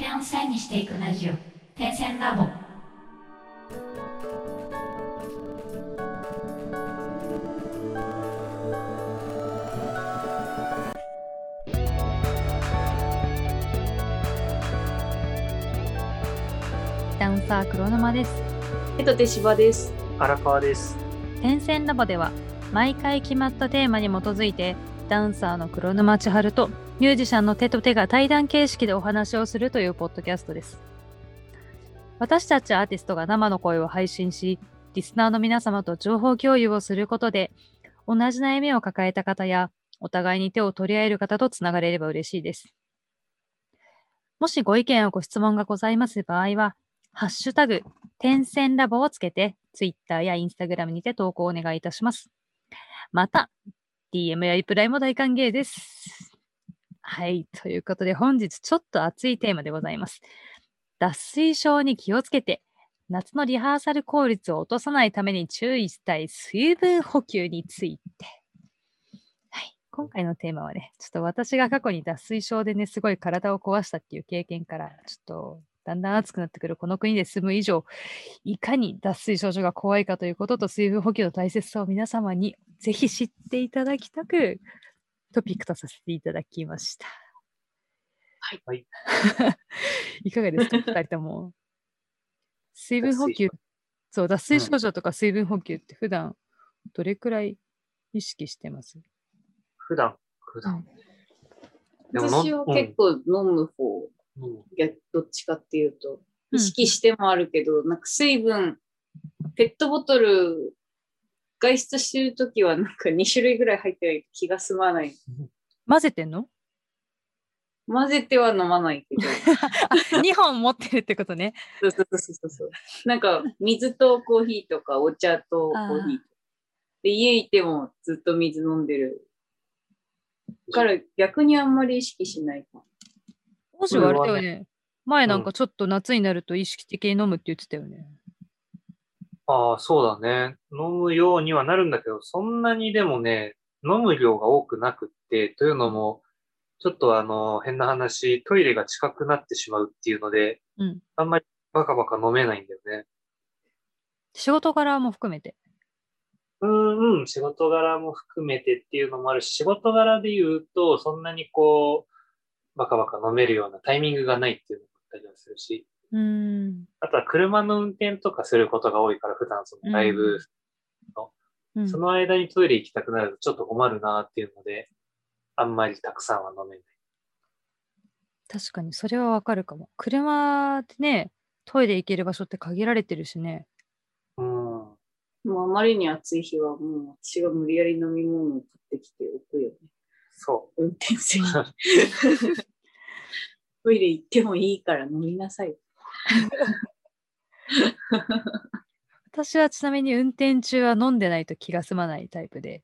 線を線にしていくラジオ、点線ラボ。 ダンサー黒沼です。 手芝です。 荒川です。 点線ラボでは毎回決まったテーマに基づいてダンサーの黒沼千春とミュージシャンの手と手が対談形式でお話をするというポッドキャストです。私たちアーティストが生の声を配信し、リスナーの皆様と情報共有をすることで、同じ悩みを抱えた方やお互いに手を取り合える方とつながれれば嬉しいです。もしご意見やご質問がございます場合は、ハッシュタグ点線ラボをつけて Twitter や Instagram にて投稿をお願いいたします。また DM やリプライも大歓迎です。はい、ということで本日ちょっと熱いテーマでございます。脱水症に気をつけて夏のリハーサル効率を落とさないために注意したい水分補給について。はい、今回のテーマはね、ちょっと私が過去に脱水症でね、すごい体を壊したっていう経験から、ちょっとだんだん暑くなってくるこの国で住む以上、いかに脱水症状が怖いかということと水分補給の大切さを皆様にぜひ知っていただきたくトピックとさせていただきました。 はい。 いかがですか、2人とも。水分補給、そう、脱水症状とか水分補給って普段どれくらい意識してます？ 普段。 でも私は結構飲む方、どっちかっていうと、意識してもあるけど、なんか水分、ペットボトル、外出してるときはなんか2種類ぐらい入ってないと気が済まない。 混ぜてんの？ 混ぜては飲まないけど。 2本持ってるってことね。 そう。なんか水とコーヒーとかお茶とコーヒー。で、家いてもずっと水飲んでる。から逆にあんまり意識しないか。 もしあれだよね。前なんかちょっと夏になると意識的に飲むって言ってたよね。 ああ、そうだね。飲むようにはなるんだけど、そんなにでもね、飲む量が多くなくって、というのも、ちょっと変な話、トイレが近くなってしまうっていうので、あんまりバカバカ飲めないんだよね。 仕事柄も含めて。 仕事柄も含めてっていうのもあるし、仕事柄で言うと、そんなにこう、バカバカ飲めるようなタイミングがないっていうのもあったりはするし、あとは車の運転とかすることが多いから、普段そのライブの、その間にトイレ行きたくなるとちょっと困るなっていうので、あんまりたくさんは飲めない。 確かにそれはわかるかも。車でね、トイレ行ける場所って限られてるしね。 もうあまりに暑い日はもう私が無理やり飲み物を買ってきておくよね。 そう。 運転中に。トイレ行ってもいいから飲みなさい。 私はちなみに運転中は飲んでないと気が済まないタイプで。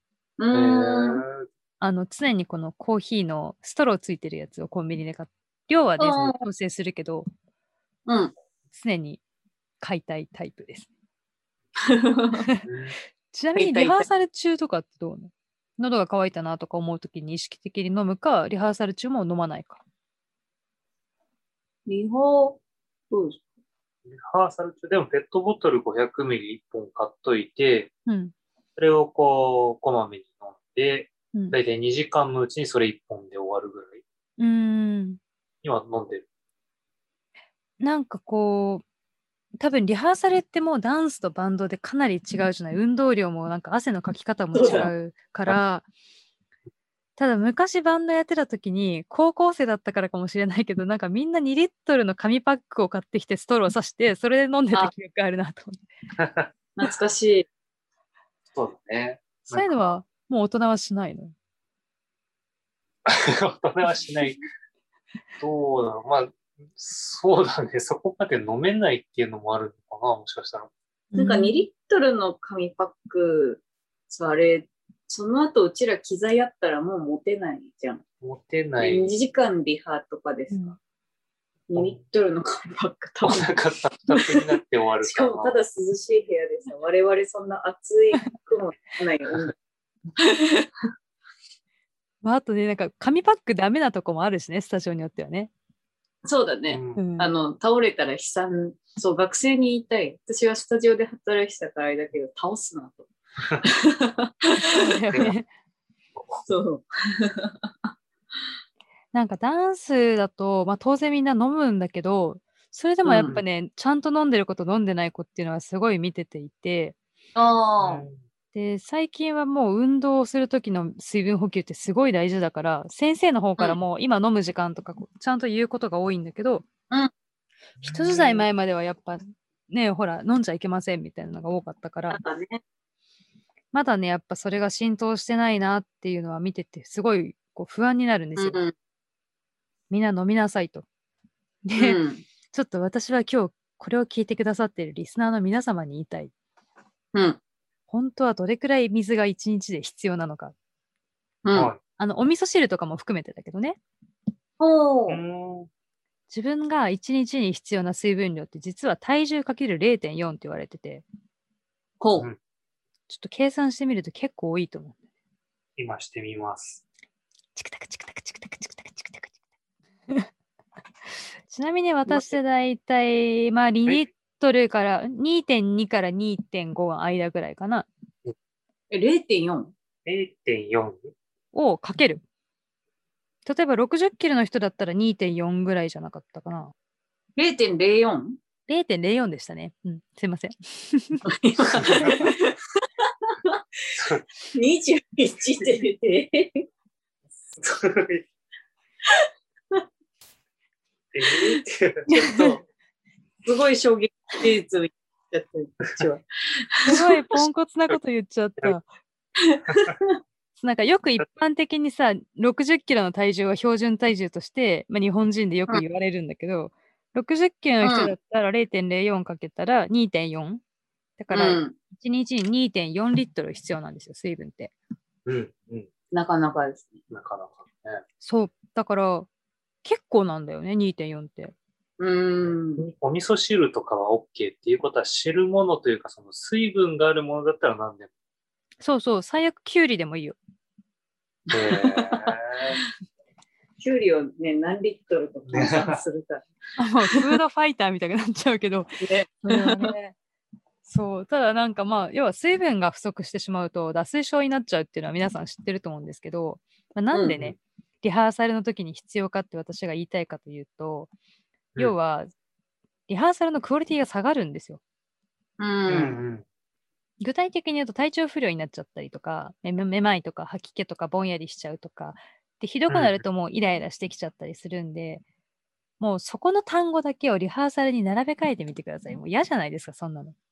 常にこのコーヒーのストローついてるやつをコンビニで買って、量はね、調整するけど、常に買いたいタイプです。ちなみにリハーサル中とかってどうなの？喉が渇いたなとか思うときに意識的に飲むか、リハーサル中も飲まないか。 どうですか？ リハーサル中でもペットボトル500ミリ1本買っといて、それをこう、こまめに飲んで、だいたい2時間のうちにそれ1本で終わるぐらいには飲んでる。 なんかこう、多分リハーサルってもうダンスとバンドでかなり違うじゃない。運動量もなんか汗のかき方も違うから、ただ昔バンドやってた時に高校生だったからかもしれないけど、なんかみんな2リットルの紙パックを買ってきてストローさしてそれで飲んでた記憶があるなと思って。 懐かしい。 そうだね。 そういうのはもう大人はしないの？ 大人はしない。どうだろう。まあ、そうだね。そこまで飲めないっていうのもあるのかな、もしかしたら。 なんか2リットルの紙パック、あれ、その後うちら機材あったらもう持てないじゃん。 持てない。 2時間リハとかですか。2リットルの紙パック多分。なんかタプタプになって終わるかな。 しかもただ涼しい部屋ですよ。我々そんな暑い雲ないよ。 あとね、なんか紙パックダメなとこもあるしね、スタジオによってはね。 そうだね。倒れたら悲惨。そう、学生に言いたい。私はスタジオで働いてたからあれだけど、倒すなと。 そうだよね。 そう。 なんかダンスだと、当然みんな飲むんだけど、それでもやっぱね、ちゃんと飲んでる子と飲んでない子っていうのはすごい見てていて、で、最近はもう運動をする時の水分補給ってすごい大事だから、先生の方からも今飲む時間とかちゃんと言うことが多いんだけど、一時代前まではやっぱね、ほら、飲んじゃいけませんみたいなのが多かったから、まだね、やっぱそれが浸透してないなっていうのは見てて、すごいこう不安になるんですよ。みんな飲みなさいと。で、ちょっと私は今日これを聞いてくださっているリスナーの皆様に言いたい。本当はどれくらい水が1日で必要なのか。お味噌汁とかも含めてだけどね。自分が1日に必要な水分量って実は体重かける 0.4 って言われてて。ちょっと計算してみると結構多いと思う。 今してみます。 チクタクチクタクチクタクチクタクチクタクチクタク。ちなみに私でだいたい2リットルから 2.2 から 2.5 の間ぐらいかな。 0.4? 0.4? をかける。例えば60キロの人だったら 2.4 ぐらいじゃなかったかな。 0.04? 0.04 でしたね。すいません。 21で。ちょっと、すごい衝撃事実を言っちゃった。 すごいポンコツなこと言っちゃった。なんかよく一般的にさ、60キロの体重は標準体重として、日本人でよく言われるんだけど、60キロの人だったら 0.04 かけたら 2.4。だから、1日に 2.4 リットル必要なんですよ、水分って。 なかなかですね。 なかなかね。 そう。だから、結構なんだよね、2.4 って。 お味噌汁とかは OK っていうことは、汁物というか、その水分があるものだったら何でも。 そうそう、最悪キュウリでもいいよ。 キュウリをね、何リットルと計算するか。 もうフードファイターみたいになっちゃうけど。そう、ただなんか要は水分が不足してしまうと脱水症になっちゃうっていうのは皆さん知ってると思うんですけど、なんでね、リハーサルの時に必要かって私が言いたいかというと、要はリハーサルのクオリティが下がるんですよ。具体的に言うと体調不良になっちゃったりとか、めまいとか吐き気とかぼんやりしちゃうとか、でひどくなるともうイライラしてきちゃったりするんで、もうそこの単語だけをリハーサルに並べ替えてみてください。もう嫌じゃないですか、そんなの。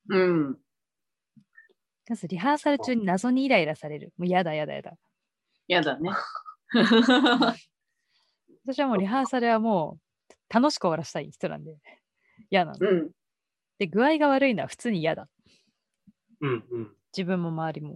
まずリハーサル中に謎にイライラされる。もう嫌だ。嫌だね。私はもうリハーサルはもう楽しく終わらせたい人なんで嫌なの。で、具合が悪いのは普通に嫌だ。自分も周りも。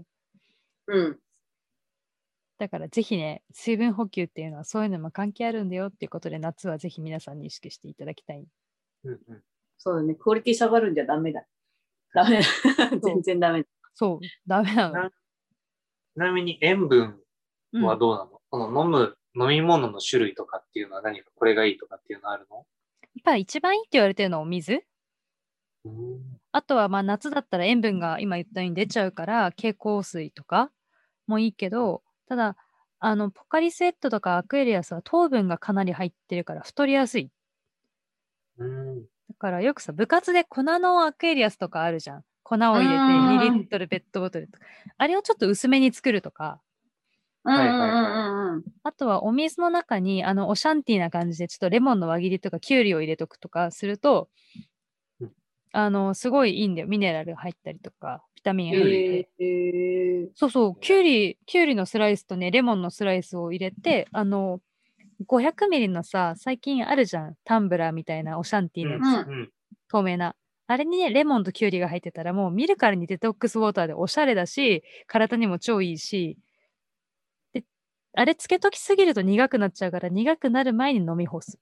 だからぜひね、水分補給っていうのはそういうのも関係あるんだよっていうことで、夏はぜひ皆さんに意識していただきたい。 そうだね、クオリティ下がるんじゃダメだ。全然ダメだ。 そう、ダメなの。 ちなみに塩分はどうなの？この飲み物の種類とかっていうのは何かこれがいいとかっていうのあるの？ やっぱ一番いいって言われてるのはお水。あとは夏だったら塩分が今言ったように出ちゃうから経口水とかもいいけど、ただポカリスエットとかアクエリアスは糖分がかなり入ってるから太りやすい。だからよくさ、部活で粉のアクエリアスとかあるじゃん。粉を入れて2リットルペットボトルとか、あれをちょっと薄めに作るとか。あとはお水の中にオシャンティーな感じでちょっとレモンの輪切りとかキュウリを入れとくとかすると、すごいいいんだよ。ミネラルが入ったりとか、ビタミン入って。そうそう、キュウリのスライスとね、レモンのスライスを入れて、500ミリのさ、最近あるじゃん。タンブラーみたいなオシャンティーのやつ。透明な。あれにね、レモンとキュウリが入ってたら、もう見るからにデトックスウォーターでおしゃれだし、体にも超いいし、で、あれつけときすぎると苦くなっちゃうから、苦くなる前に飲み干す。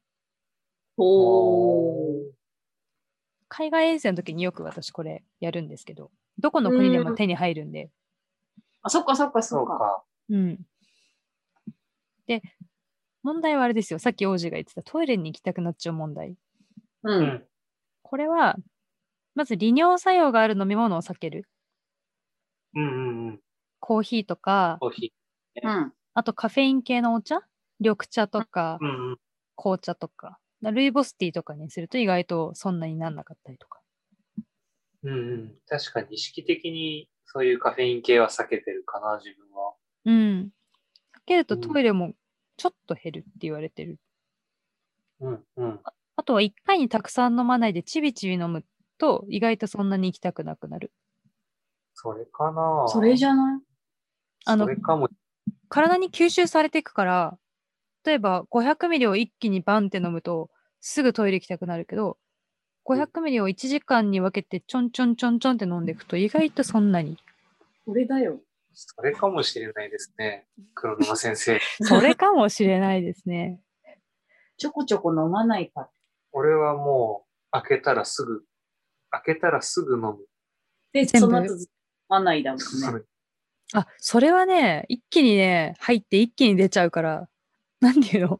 海外遠征の時によく私これやるんですけど、どこの国でも手に入るんで。 そっか。 で、 問題はあれですよ。さっき王子が言ってたトイレに行きたくなっちゃう問題。 うん。 これは、まず利尿作用がある飲み物を避ける。コーヒーとか、あとカフェイン系のお茶、緑茶とか、紅茶とか、ルイボスティーとかにすると意外とそんなになんなかったりとか。 確かに意識的にそういうカフェイン系は避けてるかな、自分は。 避けるとトイレもちょっと減るって言われてる。あとは1回にたくさん飲まないでちびちび飲むと意外とそんなに行きたくなくなる。 それかな。 それじゃない？ それかも。 体に吸収されていくから、例えば500ミリを一気にバンって飲むとすぐトイレ行きたくなるけど、500ミリを1時間に分けてちょんちょんちょんちょんって飲んでいくと意外とそんなに。 それだよ。 それかもしれないですね、黒沼先生。 それかもしれないですね。 ちょこちょこ飲まないから。 俺はもう開けたらすぐ飲む。 で、その後飲まないだもんね。 あ、それはね、一気にね、入って一気に出ちゃうから、なんていうの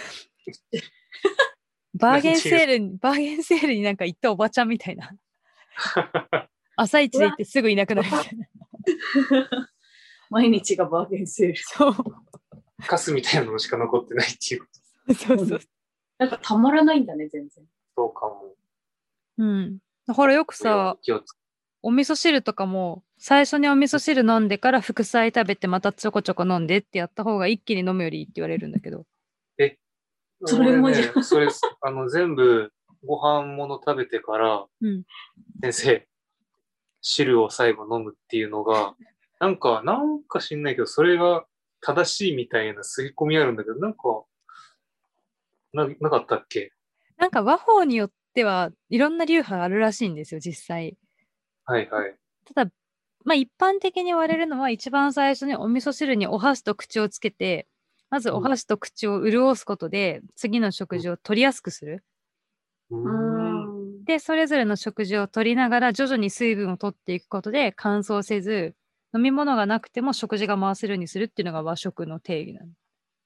バーゲンセールになんか行ったおばちゃんみたいな。朝一で行ってすぐいなくなるみたいな。 毎日がバーゲンセール。 そう。 カスみたいなのしか残ってないっていうこと。そう。 なんかたまらないんだね、全然。 そうかも。 だからよくさ、お味噌汁とかも、最初にお味噌汁飲んでから副菜食べてまたちょこちょこ飲んでってやった方が一気に飲むよりいいって言われるんだけど。 それもじゃそれ全部ご飯もの食べてから、先生、汁を最後飲むっていうのが、なんか知んないけど、それが正しいみたいな刷り込みあるんだけど、なんか、なかったっけ？ なんか和法によってはいろんな流派あるらしいんですよ、実際。 はいはい。 ただ、一般的に言われるのは一番最初にお味噌汁にお箸と口をつけて、まずお箸と口を潤すことで、次の食事を取りやすくする。で、それぞれの食事を取りながら徐々に水分を取っていくことで乾燥せず、飲み物がなくても食事が回せるようにするっていうのが和食の定義なの。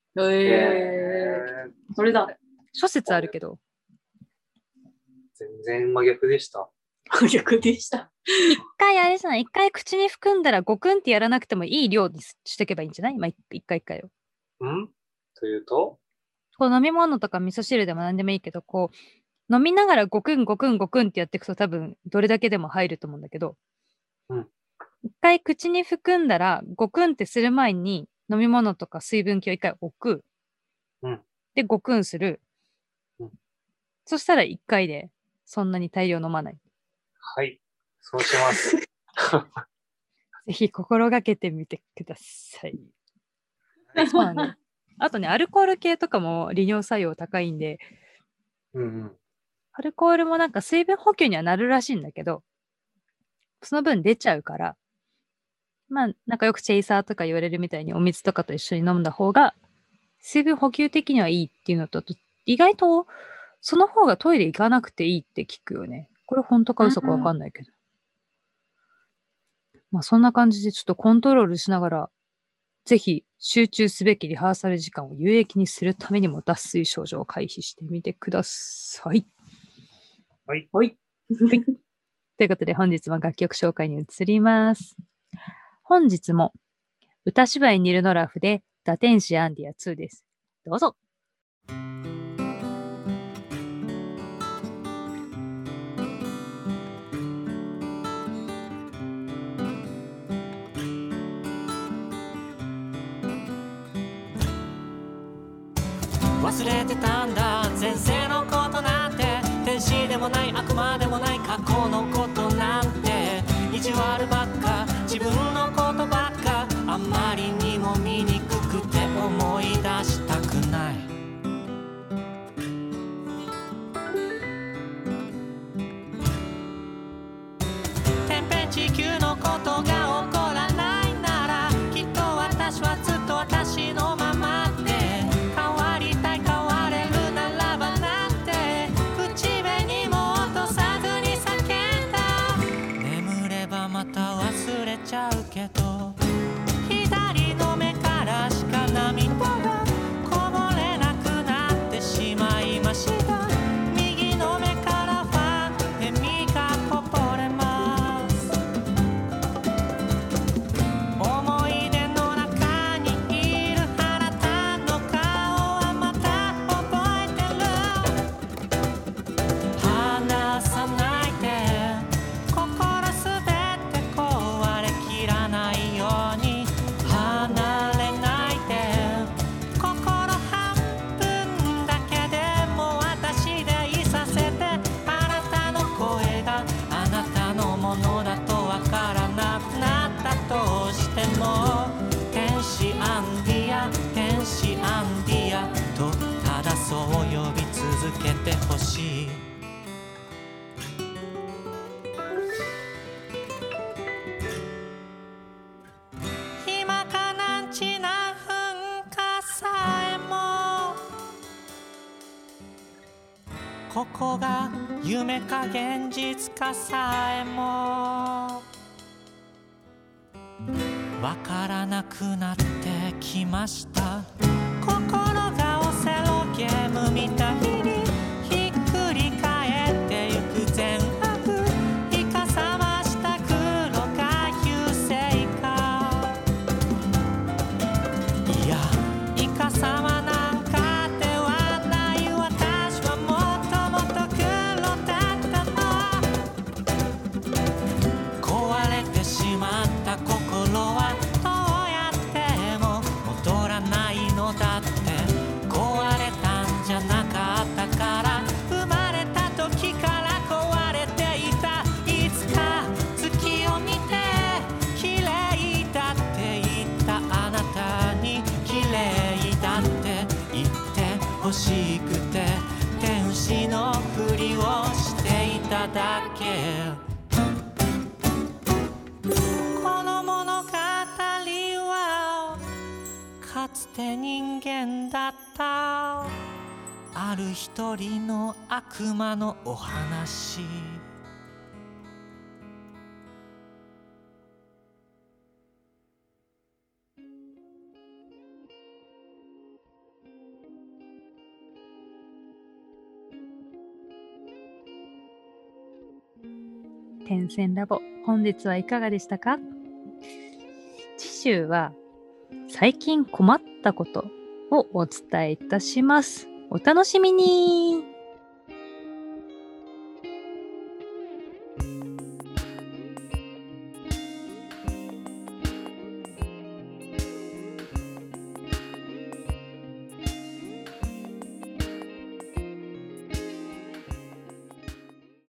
それだ。 諸説あるけど。 全然真逆でした。 真逆でした。 一回口に含んだらゴクンってやらなくてもいい量にしておけばいいんじゃない？一回を。 というと？ こう飲み物とか味噌汁でも何でもいいけど、こう飲みながらゴクンゴクンゴクンってやっていくと多分どれだけでも入ると思うんだけど、一回口に含んだらゴクンってする前に飲み物とか水分計を一回置く。で、ゴクンする。そしたら一回でそんなに大量飲まない。 はい、そうします。ぜひ心がけてみてください。そうね。あとね、アルコール系とかも利尿作用高いんで、アルコールもなんか水分補給にはなるらしいんだけど、その分出ちゃうから、なんかよくチェイサーとか言われるみたいにお水とかと一緒に飲んだ方が、水分補給的にはいいっていうのと、意外とその方がトイレ行かなくていいって聞くよね。これ本当か嘘かわかんないけど。そんな感じでちょっとコントロールしながら、ぜひ集中すべきリハーサル時間を有益にするためにも脱水症状を回避してみてください。 はい。 ということで本日は楽曲紹介に移ります。本日も歌芝居ニルノラフで堕天使アンディア2です。どうぞ。 忘れてたんだ前世のことなんて、天使でもない悪魔でもない過去のことなんて、意地悪ばっか自分のことばっか、あまりにも醜くて思い出したくない。天変地球のことが起こらないなら、きっと私はずっと私のままで、変わりたい変われるならばなんて、口紅も落とさずに叫んだ。眠ればまた忘れちゃうけど、左の目からしか涙がこぼれなを呼び続けてほしい。暇かなんちな噴火さえもここが夢か現実かさえもわからなくなってきました。心がオセロゲームみたいにひっくり返ってゆく善悪、イカサマした黒か優勢か、いやイカサマなんかではない、私はもっともっと黒だったの。壊れてしまった心はどうやっても戻らないのだって、壊れたんじゃなかったから、生まれた時から壊れていた。いつか月を見て綺麗だって言ったあなたに、綺麗だって言ってほしくて天使のふりをしていただけ。この物語はかつて人間だったある一人の悪魔のお話。 点線ラボ、本日はいかがでしたか？次週は最近困ったことをお伝えいたします。お楽しみに。